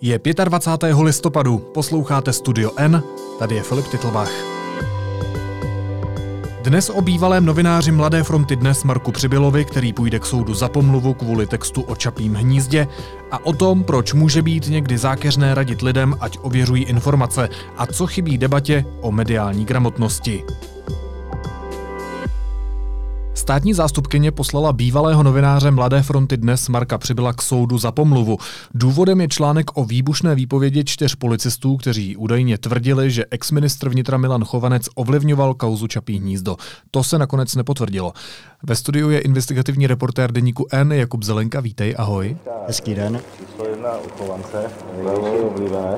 Je 25. listopadu, posloucháte Studio N, tady je Filip Titlbach. Dnes o bývalém novináři Mladé fronty Dnes Marku Přibylovi, který půjde k soudu za pomluvu kvůli textu o Čapím hnízdě, a o tom, proč může být někdy zákeřné radit lidem, ať ověřují informace, a co chybí debatě o mediální gramotnosti. Státní zástupkyně poslala bývalého novináře Mladé fronty Dnes Marka Přibyla k soudu za pomluvu. Důvodem je článek o výbušné výpovědi 4 policistů, kteří údajně tvrdili, že exministr vnitra Milan Chovanec ovlivňoval kauzu Čapí hnízdo. To se nakonec nepotvrdilo. Ve studiu je investigativní reportér deníku N Jakub Zelenka. Vítej, ahoj. Hezký den. Číslo 1 u Chovance, největší oblíbenec.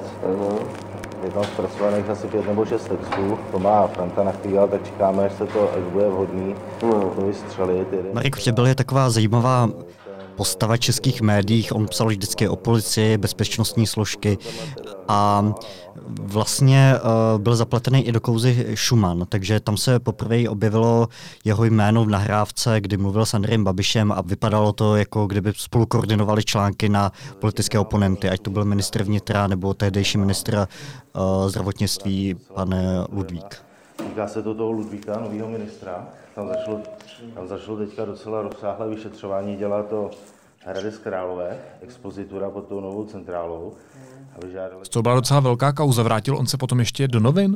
Je tam zpracovaných asi 5 nebo 6 textů. To má Franta nachvíjel, tak čekáme, až bude vhodný to vystřelit. Marek Přibyl je taková zajímavá postava českých médiích. On psal vždycky o policii, bezpečnostní složky a vlastně byl zapletený i do kauzy Šuman, takže tam se poprvé objevilo jeho jméno v nahrávce, kdy mluvil s Andrejem Babišem a vypadalo to, jako kdyby spolu koordinovali články na politické oponenty, ať to byl ministr vnitra nebo tehdejší ministr zdravotnictví pan Ludvík. Týká se to toho Ludvíka, nového ministra. Tam začalo teďka docela rozsáhlé vyšetřování, dělá to Hradec Králové, expozitura pod tou novou centrálou. To byla docela velká kauza, vrátil on se potom ještě do novin?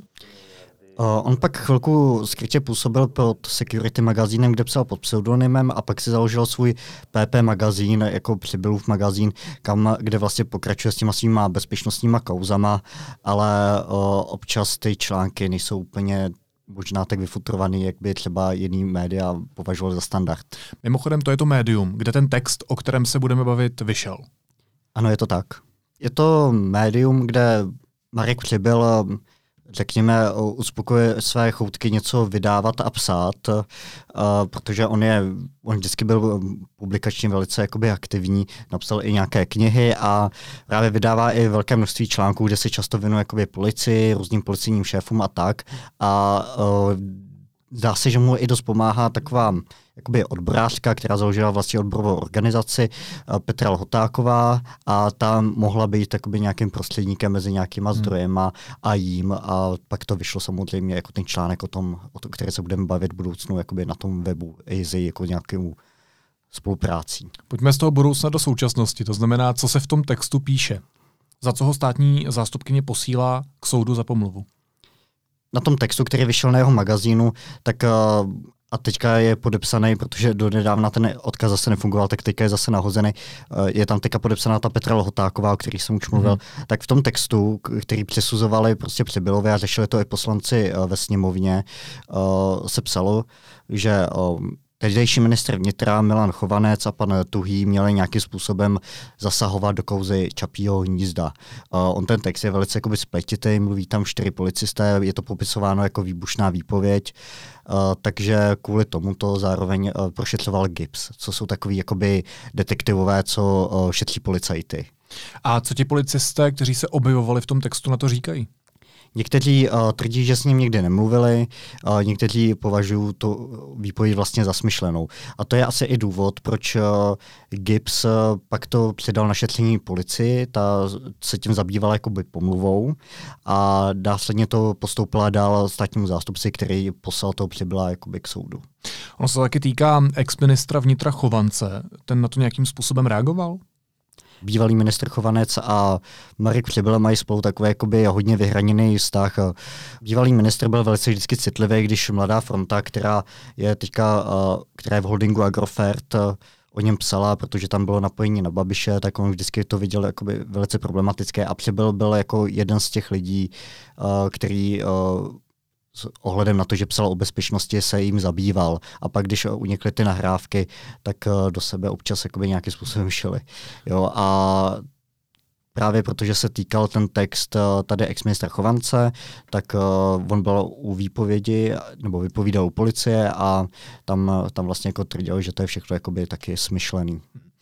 On pak chvilku skrytě působil pod Security magazínem, kde psal pod pseudonymem, a pak si založil svůj PP magazín, jako Přibylův magazín, kde vlastně pokračuje s těma svýma bezpečnostníma kauzama, ale občas ty články nejsou úplně možná tak vyfutrovaný, jak by třeba jiný média považovali za standard. Mimochodem, to je to médium, kde ten text, o kterém se budeme bavit, vyšel. Ano, je to tak. Je to médium, kde Marek Přibyl, řekněme, uspokojuje své choutky něco vydávat a psát, protože on vždycky byl publikačně velice jakoby aktivní, napsal i nějaké knihy a právě vydává i velké množství článků, kde se často věnuje jakoby policii, různým policijním šéfům a tak. A zdá se, že mu i dost pomáhá taková jakoby odborářka, která založila vlastně odborovou organizaci, Petra Lhotáková, a ta mohla být takoby nějakým prostředníkem mezi nějakýma zdrojema a jím, a pak to vyšlo samozřejmě jako ten článek o tom, který se budeme bavit v budoucnu jakoby na tom webu EASY jako nějakou spoluprácí. Pojďme z toho budoucna do současnosti, to znamená, co se v tom textu píše. Za co ho státní zástupkyně posílá k soudu za pomluvu? Na tom textu, který vyšel na jeho magazínu, tak a teďka je podepsaný, protože donedávna ten odkaz zase nefungoval, tak teďka je zase nahozený. Je tam teďka podepsaná ta Petra Lhotáková, o který jsem už mluvil. Tak v tom textu, který přisuzovali prostě Přibylovi a řešili to i poslanci ve sněmovně, se psalo, že tehdejší ministr vnitra Milan Chovanec a pan Tuhý měli nějakým způsobem zasahovat do kauzy Čapího hnízda. On ten text je velice jakoby spletitý, mluví tam 4 policisté, je to popisováno jako výbušná výpověď, takže kvůli tomu to zároveň prošetřoval GIBS, co jsou takový jakoby detektivové, co šetří policajty. A co ti policisté, kteří se objevovali v tom textu, na to říkají? Někteří tvrdí, že s ním nikdy nemluvili, někteří považují tu výpověď vlastně za smyšlenou. A to je asi i důvod, proč GIBS pak to předal na šetření policii, ta se tím zabývala jakoby pomluvou a následně to postoupila dál státnímu zástupci, který poslal toho Přibyla jakoby k soudu. Ono se taky týká ex-ministra vnitra Chovance. Ten na to nějakým způsobem reagoval? Bývalý ministr Chovanec a Marek Přibyl mají spolu takový jakoby hodně vyhraněný vztah. Bývalý ministr byl velice vždycky citlivý, když Mladá fronta, která je v holdingu Agrofert, o něm psala, protože tam bylo napojení na Babiše, tak on vždycky to viděl jakoby velice problematické, a Přibyl byl jako jeden z těch lidí, který s ohledem na to, že psal o bezpečnosti, se jim zabýval. A pak, když unikly ty nahrávky, tak do sebe občas jakoby nějakým způsobem šili. Jo, a právě protože se týkal ten text tady ex-ministra Chovance, tak on byl u výpovědi, nebo vypovídal u policie a tam vlastně jako tvrdil, že to je všechno jakoby taky smyšlený.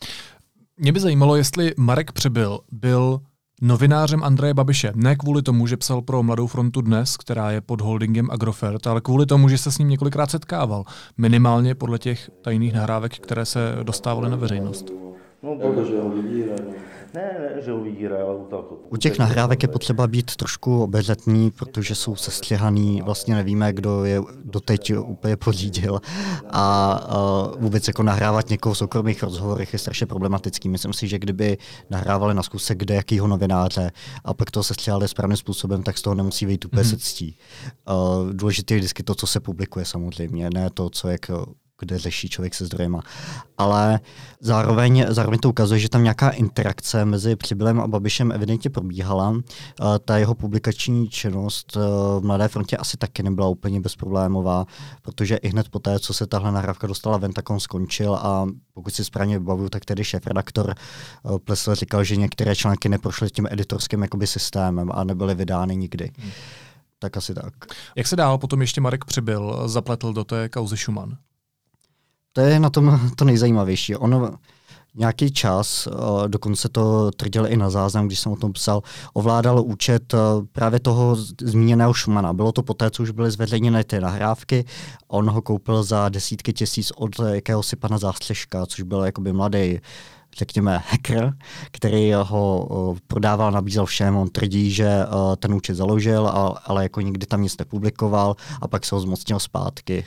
Mě by zajímalo, jestli Marek Přibyl byl novinářem Andreje Babiše. Ne kvůli tomu, že psal pro Mladou frontu Dnes, která je pod holdingem Agrofert, ale kvůli tomu, že se s ním několikrát setkával. Minimálně podle těch tajných nahrávek, které se dostávaly na veřejnost. No, protože ho vybírají. Ne, že ho vydírají, ale útoku. U těch nahrávek je potřeba být trošku obezřetný, protože jsou sestřihaný, vlastně nevíme, kdo je doteď úplně pořídil a vůbec jako nahrávat někoho v soukromých rozhovorech je strašně problematický. Myslím si, že kdyby nahrávali na zkusek kde jakýho novináře a pak toho sestřihali správným způsobem, tak z toho nemusí vyjít úplně se ctí. Důležité je vždycky to, co se publikuje samozřejmě, ne to, co je kde řeší člověk se zdrojema. Ale zároveň to ukazuje, že tam nějaká interakce mezi Přibylem a Babišem evidentně probíhala. Ta jeho publikační činnost v Mladé frontě asi taky nebyla úplně bezproblémová, protože i hned poté, co se tahle nahrávka dostala ven, tak on skončil a pokud si správně vybavuju, tak tedy šéfredaktor Plesl říkal, že některé články neprošly tím editorským jakoby systémem a nebyly vydány nikdy. Tak asi tak. Jak se dál potom ještě Marek Přibyl zapletl do té kauzy Šuman? To je na tom to nejzajímavější. On nějaký čas, dokonce to tvrdil i na záznam, když jsem o tom psal, ovládal účet právě toho zmíněného Šumana. Bylo to poté, co už byly zveřejněny ty nahrávky. On ho koupil za desítky tisíc od jakéhosi pana Zástřeška, což byl jakoby mladý, řekněme, hacker, který ho prodával, nabízel všem. On tvrdí, že ten účet založil, ale jako nikdy tam nic nepublikoval a pak se ho zmocnil zpátky.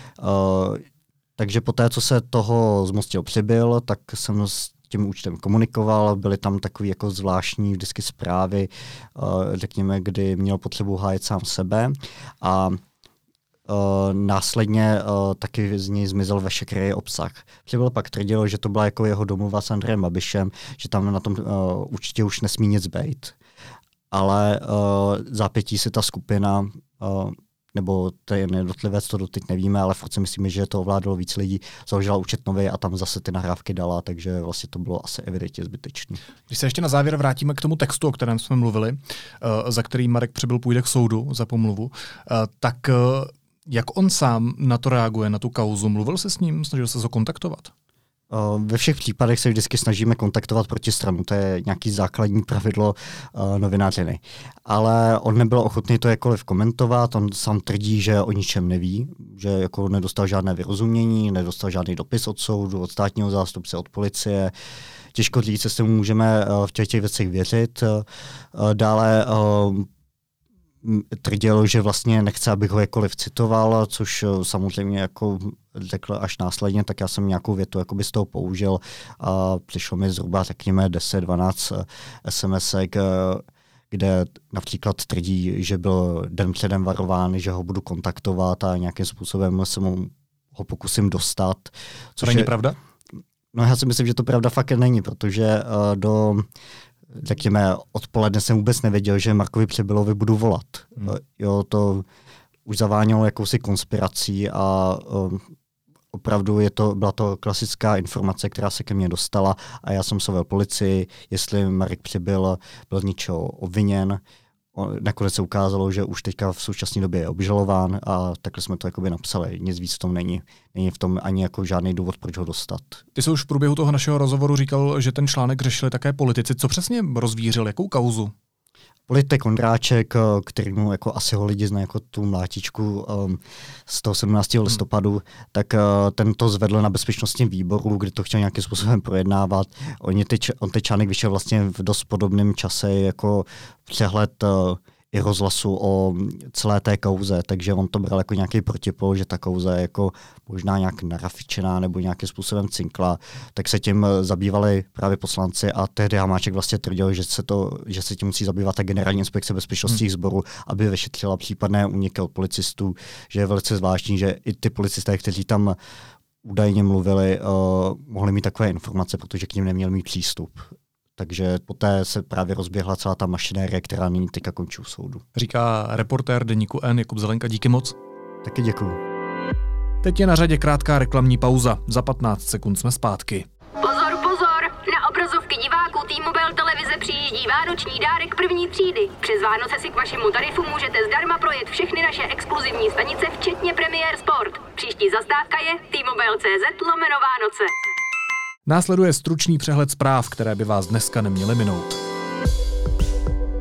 Takže poté, co se toho zmocnil Přibyl, tak jsem s tím účtem komunikoval, byly tam takové jako zvláštní vždycky zprávy, řekněme, kdy měl potřebu hájit sám sebe a následně taky z něj zmizel veškerý obsah. Přibyl pak tvrdil, že to byla jako jeho domluva s Andrejem Babišem, že tam na tom účtě už nesmí nic být. Ale zápětí si ta skupina nebo ten jednotlivec, to doteď nevíme, ale furt si myslíme, že to ovládalo víc lidí, založila účet nový a tam zase ty nahrávky dala, takže vlastně to bylo asi evidentně zbytečné. Když se ještě na závěr vrátíme k tomu textu, o kterém jsme mluvili, za který Marek Přibyl půjde k soudu za pomluvu, tak jak on sám na to reaguje, na tu kauzu? Mluvil jsi s ním, snažil se ho kontaktovat? Ve všech případech se vždycky snažíme kontaktovat protistranu, to je nějaký základní pravidlo novinářiny. Ale on nebyl ochotný to jakkoliv komentovat, on sám tvrdí, že o ničem neví, že jako nedostal žádné vyrozumění, nedostal žádný dopis od soudu, od státního zástupce, od policie. Těžko říct, jestli mu můžeme v těch věcech věřit. Dále tvrdil, že vlastně nechce, abych ho jakkoliv citoval, což samozřejmě jako řekl až následně, tak já jsem nějakou větu jakoby z toho použil a přišlo mi zhruba, řekněme, 10-12 SMS-ek, kde například tvrdí, že byl den předem varován, že ho budu kontaktovat a nějakým způsobem se mu ho pokusím dostat. Což není pravda? No já si myslím, že to pravda fakt není, protože řekněme, odpoledne jsem vůbec nevěděl, že Markovi Přibylovi budu volat. Jo, to už zavánělo jakousi konspirací a opravdu byla to klasická informace, která se ke mně dostala a já jsem sověl policii, jestli Marek Přibyl byl z něčeho obviněn. Nakonec se ukázalo, že už teďka v současné době je obžalován a takhle jsme to jakoby napsali. Nic víc v tom není. Není v tom ani jako žádný důvod, proč ho dostat. Ty jsi už v průběhu toho našeho rozhovoru říkal, že ten článek řešili také politici. Co přesně rozvířil? Jakou kauzu? Politik Ondráček, kterýmu jako asi ho lidi znají jako tu mlátičku z toho 17. listopadu, tak ten to zvedl na bezpečnostním výboru, kde to chtěl nějakým způsobem projednávat. On teď článek vyšel vlastně v dost podobném čase jako přehled i rozhlasu o celé té kauze, takže on to bral jako nějaký protipol, že ta kauza je jako možná nějak narafičená nebo nějakým způsobem cinkla, tak se tím zabývali právě poslanci a tehdy Hamáček vlastně tvrdil, že se tím musí zabývat ta Generální inspekce bezpečnostních sborů, aby vyšetřila případné úniky od policistů, že je velice zvláštní, že i ty policisté, kteří tam údajně mluvili, mohli mít takové informace, protože k nim neměl mít přístup. Takže poté se právě rozběhla celá ta mašinérie, která nyní teďka končí u soudu. Říká reportér deníku N Jakub Zelenka, díky moc. Taky děkuju. Teď je na řadě krátká reklamní pauza. Za 15 sekund jsme zpátky. Pozor, pozor! Na obrazovky diváků T-Mobile televize přijíždí vánoční dárek první třídy. Přes Vánoce si k vašemu tarifu můžete zdarma projet všechny naše exkluzivní stanice, včetně Premier Sport. Příští zastávka je T-Mobile.cz/Vánoce. Následuje stručný přehled zpráv, které by vás dneska neměly minout.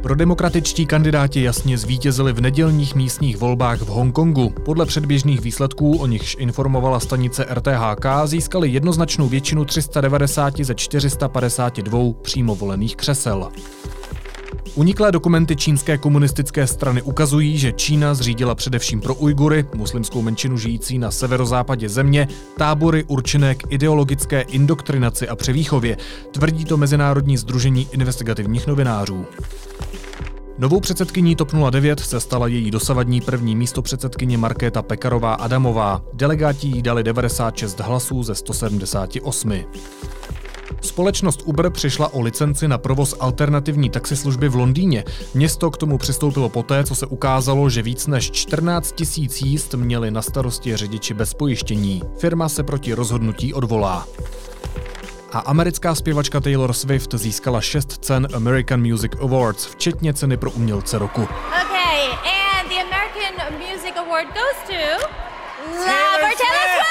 Prodemokratičtí kandidáti jasně zvítězili v nedělních místních volbách v Hongkongu. Podle předběžných výsledků, o nichž informovala stanice RTHK, získali jednoznačnou většinu 390 ze 452 přímo volených křesel. Uniklé dokumenty čínské komunistické strany ukazují, že Čína zřídila především pro Ujgury, muslimskou menšinu žijící na severozápadě země, tábory určené k ideologické indoktrinaci a převýchově, tvrdí to Mezinárodní sdružení investigativních novinářů. Novou předsedkyní TOP 09 se stala její dosavadní první místopředsedkyně Markéta Pekarová Adamová. Delegáti jí dali 96 hlasů ze 178. Společnost Uber přišla o licenci na provoz alternativní taxislužby v Londýně. Město k tomu přistoupilo poté, co se ukázalo, že víc než 14 000 jízd měli na starosti řidiči bez pojištění. Firma se proti rozhodnutí odvolá. A americká zpěvačka Taylor Swift získala 6 cen American Music Awards, včetně ceny pro umělce roku. Okay, and the American Music Award goes to Taylor Swift!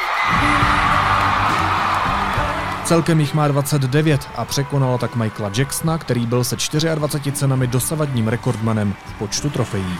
Celkem jich má 29 a překonala tak Michaela Jacksona, který byl se 24 cenami dosavadním rekordmanem v počtu trofejí.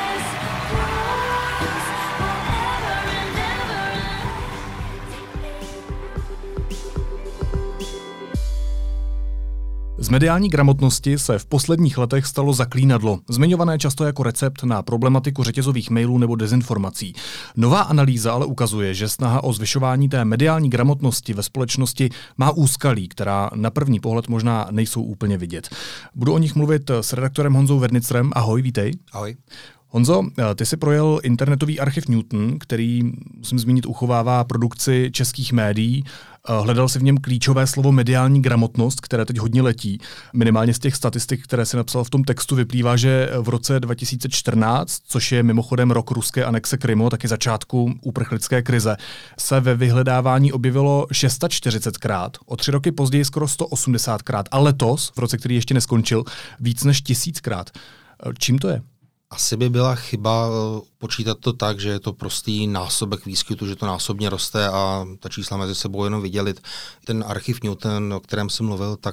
Z mediální gramotnosti se v posledních letech stalo zaklínadlo, zmiňované často jako recept na problematiku řetězových mailů nebo dezinformací. Nová analýza ale ukazuje, že snaha o zvyšování té mediální gramotnosti ve společnosti má úskalí, která na první pohled možná nejsou úplně vidět. Budu o nich mluvit s redaktorem Honzou Vernicrem. Ahoj, vítej. Ahoj. Honzo, ty si projel internetový archiv Newton, který, musím zmínit, uchovává produkci českých médií. Hledal si v něm klíčové slovo mediální gramotnost, které teď hodně letí. Minimálně z těch statistik, které si napsal v tom textu, vyplývá, že v roce 2014, což je mimochodem rok ruské anexe Krymu, taky začátku uprchlické krize, se ve vyhledávání objevilo 640krát, o 3 roky později skoro 180krát a letos, v roce, který ještě neskončil, víc než 1000krát. Čím to je? Asi by byla chyba počítat to tak, že je to prostý násobek výskytu, že to násobně roste a ta čísla mezi sebou jenom vydělit. Ten archiv Newton, o kterém jsem mluvil, tak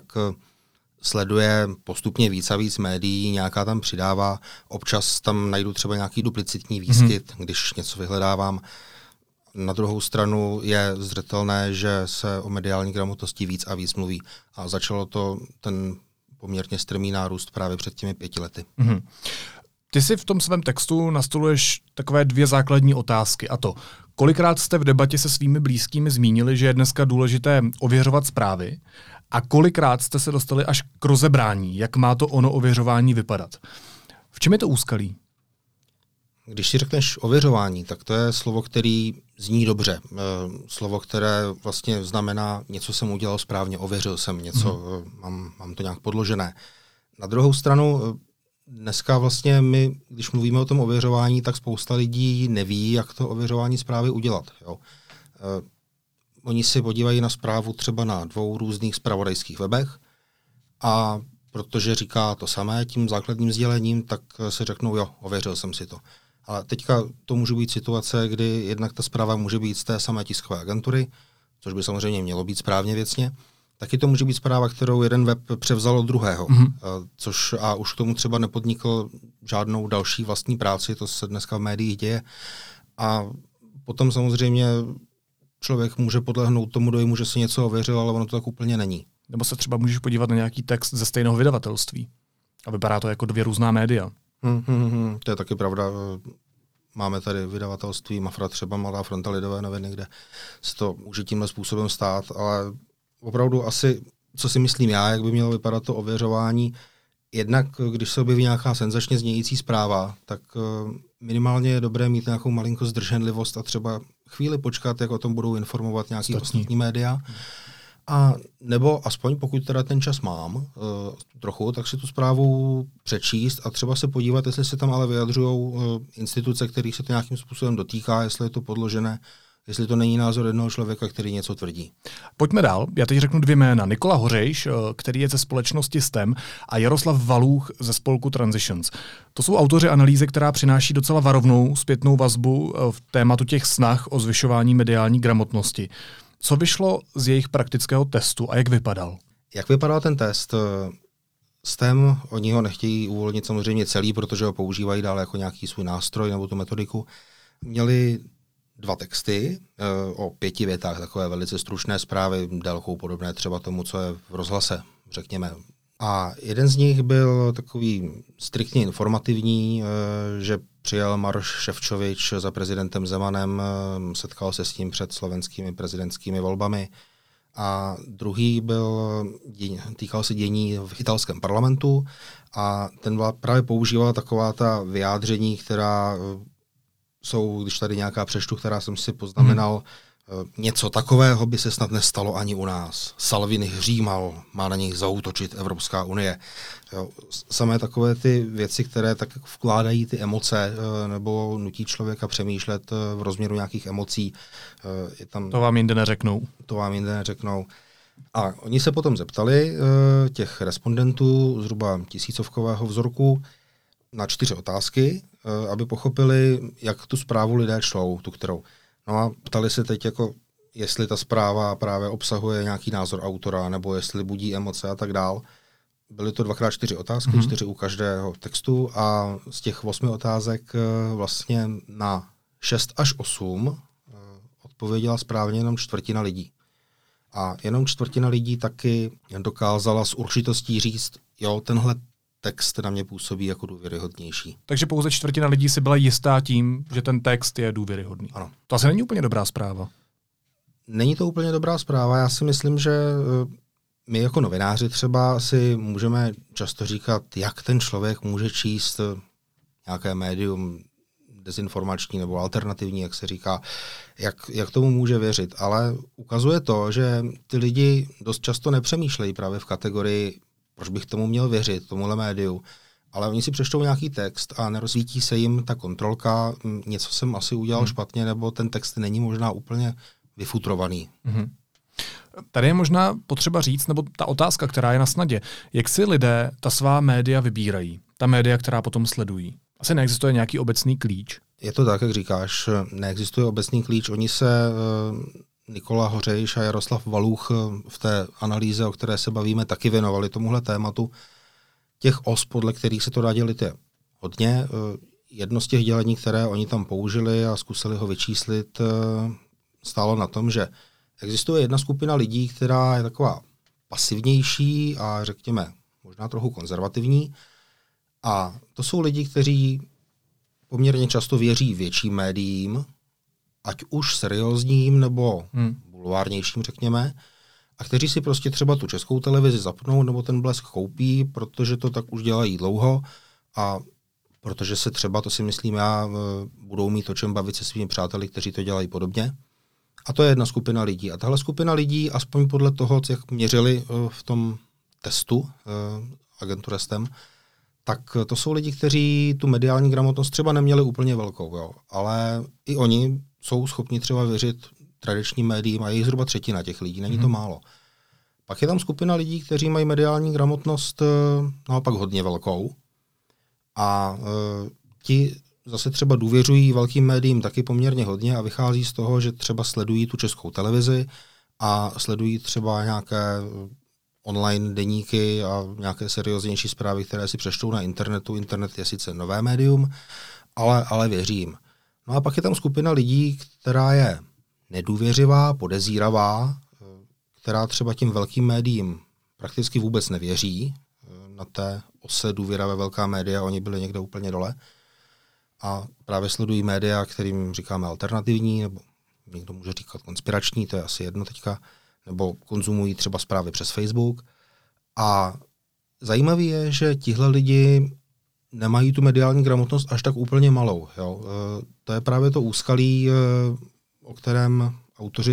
sleduje postupně víc a víc médií, nějaká tam přidává. Občas tam najdu třeba nějaký duplicitní výskyt, když něco vyhledávám. Na druhou stranu je zřetelné, že se o mediální gramotnosti víc a víc mluví. A začalo to ten poměrně strmý nárůst právě před těmi 5 lety. Mm-hmm. Ty si v tom svém textu nastoluješ takové 2 základní otázky, a to, kolikrát jste v debatě se svými blízkými zmínili, že je dneska důležité ověřovat zprávy, a kolikrát jste se dostali až k rozebrání, jak má to ono ověřování vypadat. V čem je to úskalí? Když si řekneš ověřování, tak to je slovo, který zní dobře. Slovo, které vlastně znamená, něco jsem udělal správně, ověřil jsem něco, mám to nějak podložené. Na druhou stranu, dneska vlastně my, když mluvíme o tom ověřování, tak spousta lidí neví, jak to ověřování zprávy udělat. Jo. Oni si podívají na zprávu třeba na 2 různých zpravodajských webech a protože říká to samé tím základním sdělením, tak si řeknou, jo, ověřil jsem si to. Ale teďka to může být situace, kdy jednak ta zpráva může být z té samé tiskové agentury, což by samozřejmě mělo být správně věcně. Taky to může být zpráva, kterou jeden web převzal od druhého, což a už k tomu třeba nepodnikl žádnou další vlastní práci, to se dneska v médiích děje. A potom samozřejmě člověk může podlehnout tomu dojmu, že si něco ověřil, ale ono to tak úplně není. Nebo se třeba můžeš podívat na nějaký text ze stejného vydavatelství a vypadá to jako 2 různá média. To je taky pravda. Máme tady vydavatelství Mafra, třeba Mladá fronta, Lidové noviny, kde se to může tímhle způsobem stát, ale opravdu asi, co si myslím já, jak by mělo vypadat to ověřování, jednak když se objeví nějaká senzačně znějící zpráva, tak minimálně je dobré mít nějakou malinkou zdrženlivost a třeba chvíli počkat, jak o tom budou informovat nějaký ostatní média. A nebo aspoň pokud teda ten čas mám trochu, tak si tu zprávu přečíst a třeba se podívat, jestli se tam ale vyjadřují instituce, kterých se to nějakým způsobem dotýká, jestli je to podložené, jestli to není názor jednoho člověka, který něco tvrdí. Pojďme dál. Já teď řeknu 2 jména. Nikola Hořejš, který je ze společnosti STEM, a Jaroslav Valůch ze spolku Transitions. To jsou autoři analýzy, která přináší docela varovnou zpětnou vazbu v tématu těch snah o zvyšování mediální gramotnosti. Co vyšlo z jejich praktického testu a jak vypadal? Jak vypadal ten test? textem, oni ho nechtějí uvolnit samozřejmě celý, protože ho používají dále jako nějaký svůj nástroj nebo tu metodiku. Měli 2 texty o 5 větách, takové velice stručné zprávy, délkou podobné třeba tomu, co je v rozhlase, řekněme. A jeden z nich byl takový striktně informativní, že přijel Maroš Šefčovič za prezidentem Zemanem, setkal se s ním před slovenskými prezidentskými volbami. A druhý týkal se dění v italském parlamentu a ten právě používal taková ta vyjádření, která jsou, když tady nějaká přečtu, která jsem si poznamenal, něco takového by se snad nestalo ani u nás. Salvini hřímal, má na něj zaútočit Evropská unie. Jo, samé takové ty věci, které tak vkládají ty emoce nebo nutí člověka přemýšlet v rozměru nějakých emocí. To vám jinde neřeknou. A oni se potom zeptali těch respondentů zhruba 1000 vzorku na 4 otázky, aby pochopili, jak tu zprávu lidé čtou, tu kterou. No a ptali se teď, jako, jestli ta zpráva právě obsahuje nějaký názor autora, nebo jestli budí emoce a tak dál. Byly to 2x4 otázky, 4 u každého textu a z těch 8 otázek vlastně na 6 až 8 odpověděla správně jenom 1/4 lidí. A jenom 1/4 lidí taky dokázala s určitostí říct, jo, tenhle text na mě působí jako důvěryhodnější. Takže pouze 1/4 lidí si byla jistá tím, že ten text je důvěryhodný. Ano. To asi není úplně dobrá zpráva. Není to úplně dobrá zpráva. Já si myslím, že my jako novináři třeba si můžeme často říkat, jak ten člověk může číst nějaké médium dezinformační nebo alternativní, jak se říká, jak tomu může věřit. Ale ukazuje to, že ty lidi dost často nepřemýšlejí právě v kategorii, proč bych tomu měl věřit, tomuhle médiu. Ale oni si přečtou nějaký text a nerozsvítí se jim ta kontrolka, něco jsem asi udělal špatně, nebo ten text není možná úplně vyfutrovaný. Tady je možná potřeba říct, nebo ta otázka, která je na snadě, jak si lidé ta svá média vybírají, ta média, která potom sledují. Asi neexistuje nějaký obecný klíč. Je to tak, jak říkáš, neexistuje obecný klíč. Oni se, Nikola Hořejš a Jaroslav Valuch v té analýze, o které se bavíme, taky věnovali tomuhle tématu. Těch os, podle kterých se to dá dělit, je hodně. Jedno z těch dělení, které oni tam použili a zkusili ho vyčíslit, stálo na tom, že existuje jedna skupina lidí, která je taková pasivnější a řekněme možná trochu konzervativní. A to jsou lidi, kteří poměrně často věří větším médiím, ať už seriózním nebo bulvárnějším, řekněme, a kteří si prostě třeba tu Českou televizi zapnou nebo ten Blesk koupí, protože to tak už dělají dlouho a protože se třeba, to si myslím já, budou mít o čem bavit se svými přáteli, kteří to dělají podobně. A to je jedna skupina lidí. A tahle skupina lidí, aspoň podle toho, jak měřili v tom testu agenturestem, tak to jsou lidi, kteří tu mediální gramotnost třeba neměli úplně velkou, jo. Ale i oni jsou schopni třeba věřit tradičním médiím a je zhruba 1/3 těch lidí, není to málo. Pak je tam skupina lidí, kteří mají mediální gramotnost naopak hodně velkou a ti zase třeba důvěřují velkým médiím taky poměrně hodně a vychází z toho, že třeba sledují tu Českou televizi a sledují třeba nějaké online deníky a nějaké serióznější zprávy, které si přečtou na internetu. Internet je sice nové médium, ale věří jim. No a pak je tam skupina lidí, která je nedůvěřivá, podezíravá, která třeba tím velkým médiím prakticky vůbec nevěří. Na té ose důvěra ve velká média, oni byli někde úplně dole. A právě sledují média, kterým říkáme alternativní, nebo někdo může říkat konspirační, to je asi jedno teďka, nebo konzumují třeba zprávy přes Facebook. A zajímavé je, že tihle lidi nemají tu mediální gramotnost až tak úplně malou. Jo. To je právě to úskalí, o kterém autoři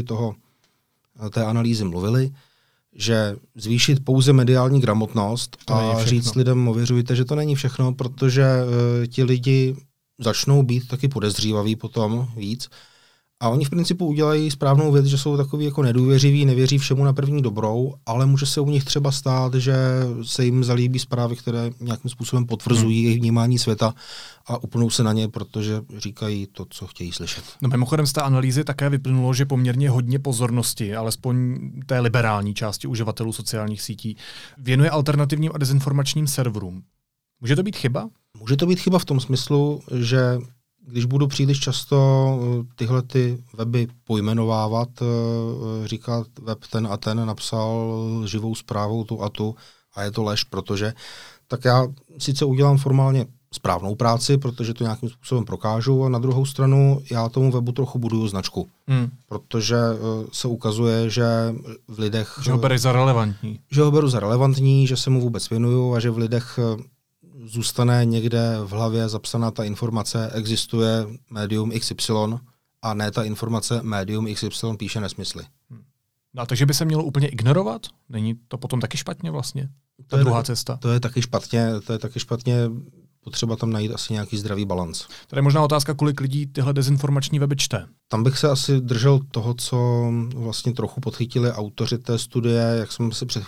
té analýzy mluvili, že zvýšit pouze mediální gramotnost a říct lidem, ověřujte, že to není všechno, protože ti lidi začnou být taky podezřívaví potom víc A oni v principu udělají správnou věc, že jsou takový jako nedůvěřiví, nevěří všemu na první dobrou, ale může se u nich třeba stát, že se jim zalíbí zprávy, které nějakým způsobem potvrzují jejich vnímání světa a upnou se na ně, protože říkají to, co chtějí slyšet. No mimochodem z té analýzy také vyplynulo, že poměrně hodně pozornosti, alespoň té liberální části uživatelů sociálních sítí, věnuje alternativním a dezinformačním serverům. Může to být chyba? Může to být chyba v tom smyslu, že když budu příliš často tyhle ty weby pojmenovávat, říkat web ten a ten napsal živou zprávou tu a je to lež, protože, tak já sice udělám formálně správnou práci, protože to nějakým způsobem prokážu, a na druhou stranu já tomu webu trochu buduju značku, protože se ukazuje, že v lidech... Že ho bereš za relevantní. Že ho beru za relevantní, že se mu vůbec věnuju a že v lidech zůstane někde v hlavě zapsaná ta informace, existuje médium XY a ne ta informace médium XY píše nesmysly. No, takže by se mělo úplně ignorovat? Není to potom taky špatně vlastně? Ta druhá cesta. To je taky špatně, potřeba tam najít asi nějaký zdravý balanc. Tady je možná otázka, kolik lidí tyhle dezinformační weby čte. Tam bych se asi držel toho, co vlastně trochu podchytili autoři té studie, jak jsme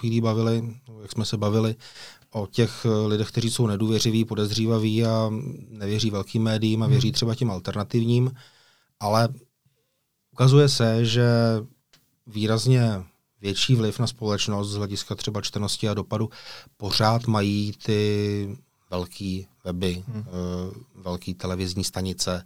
se bavili o těch lidech, kteří jsou nedůvěřiví, podezřívaví a nevěří velkým médiím a věří třeba těm alternativním, ale ukazuje se, že výrazně větší vliv na společnost z hlediska třeba čtenosti a dopadu pořád mají ty velký weby, velký televizní stanice,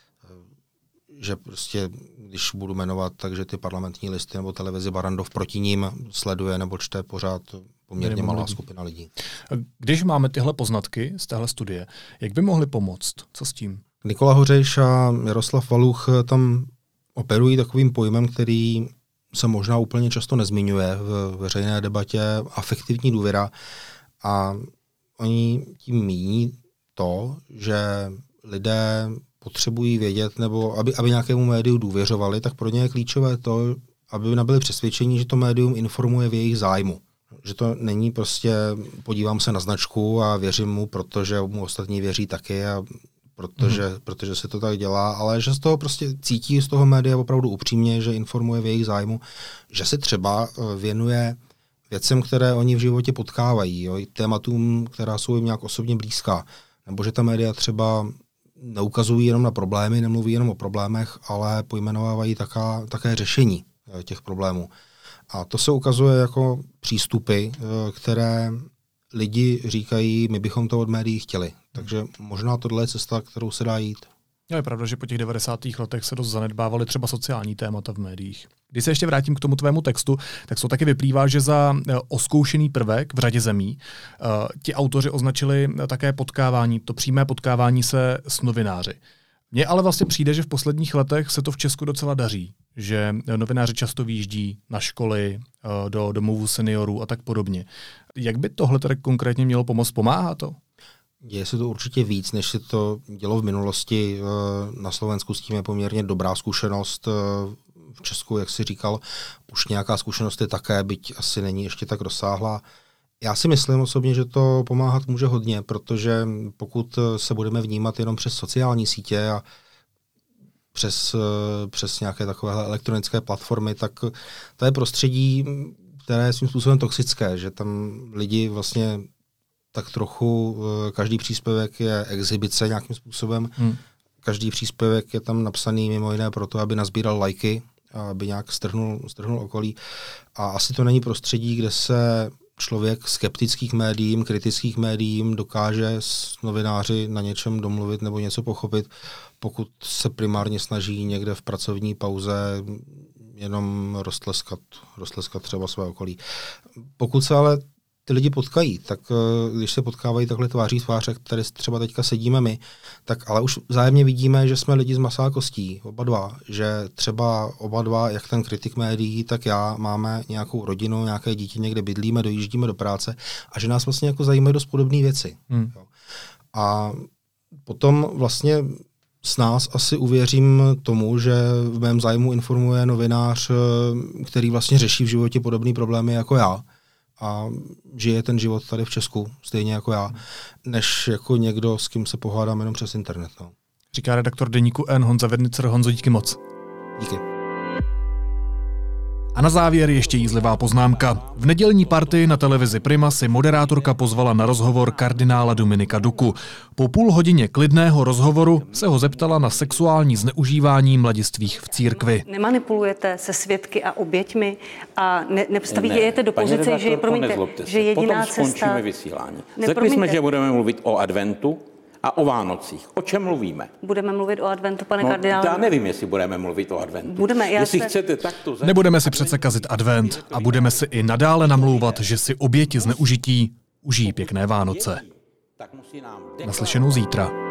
že prostě, když budu jmenovat, takže ty Parlamentní listy nebo televizi Barrandov proti ním sleduje nebo čte pořád poměrně malá skupina lidí. Když máme tyhle poznatky z téhle studie, jak by mohli pomoct? Co s tím? Nikola Hořejš a Jaroslav Valuch tam operují takovým pojmem, který se možná úplně často nezmiňuje v veřejné debatě, afektivní důvěra. A oni tím míní to, že lidé potřebují vědět, nebo aby nějakému médiu důvěřovali, tak pro ně je klíčové to, aby nabyli přesvědčení, že to médium informuje v jejich zájmu. Že to není prostě podívám se na značku a věřím mu, protože mu ostatní věří taky a protože se to tak dělá, ale že z toho prostě cítí z toho média opravdu upřímně, že informuje v jejich zájmu, že se třeba věnuje věcem, které oni v životě potkávají, jo, tématům, která jsou jim nějak osobně blízká, nebo že ta média třeba neukazují jenom na problémy, nemluví jenom o problémech, ale pojmenovávají také řešení těch problémů. A to se ukazuje jako přístupy, které lidi říkají, my bychom to od médií chtěli. Takže možná tohle je cesta, kterou se dá jít. Je pravda, že po těch 90. letech se dost zanedbávaly třeba sociální témata v médiích. Když se ještě vrátím k tomu tvému textu, tak to taky vyplývá, že za oskoušený prvek v řadě zemí ti autoři označili také potkávání, to přímé potkávání se s novináři. Mně ale vlastně přijde, že v posledních letech se to v Česku docela daří, že novináři často vyjíždí na školy, do domovů seniorů a tak podobně. Jak by tohle tedy konkrétně mělo pomoct? Pomáhá to? Děje se to určitě víc, než se to dělo v minulosti. Na Slovensku s tím je poměrně dobrá zkušenost. V Česku, jak jsi říkal, už nějaká zkušenost je také, byť asi není ještě tak rozsáhlá. Já si myslím osobně, že to pomáhat může hodně, protože pokud se budeme vnímat jenom přes sociální sítě a přes nějaké takovéhle elektronické platformy, tak to je prostředí, které je svým způsobem toxické, že tam lidi vlastně tak trochu, každý příspěvek je exhibice nějakým způsobem, každý příspěvek je tam napsaný mimo jiné proto, aby nazbíral lajky, aby nějak strhnul okolí. A asi to není prostředí, kde se člověk skeptických médiím, kritických médiím dokáže s novináři na něčem domluvit nebo něco pochopit, pokud se primárně snaží někde v pracovní pauze jenom roztleskat třeba své okolí. Pokud se ale ty lidi potkají, tak když se potkávají takhle tváří tvář, jak tady třeba teďka sedíme my, tak ale už vzájemně vidíme, že jsme lidi z masa a kostí, oba dva, že třeba oba dva, jak ten kritik médií, tak já, máme nějakou rodinu, nějaké dítě, někde bydlíme, dojíždíme do práce a že nás vlastně jako zajímají dost podobné věci. A potom vlastně s nás asi uvěřím tomu, že v mém zájmu informuje novinář, který vlastně řeší v životě podobné problémy jako já a žije ten život tady v Česku, stejně jako já, než jako někdo, s kým se pohádám jenom přes internet. No. Říká redaktor deníku N Honza Vednicer. Honzo, díky moc. Díky. A na závěr ještě jízlivá poznámka. V nedělní Partii na televizi Prima si moderátorka pozvala na rozhovor kardinála Dominika Duku. Po půl hodině klidného rozhovoru se ho zeptala na sexuální zneužívání mladistvých v církvi. Nemanipulujete se svědky a oběťmi a nepostavíte do pozice, že jediná cesta... Potom skončíme vysílání. Řekli jsme, že budeme mluvit o adventu a o Vánocích. O čem mluvíme? Budeme mluvit o adventu, pane kardinále. Já nevím, jestli budeme mluvit o adventu. Budeme, chcete takto... Nebudeme si přece kazit advent a budeme si i nadále namlouvat, že si oběti zneužití užijí pěkné Vánoce. Naslyšenou zítra.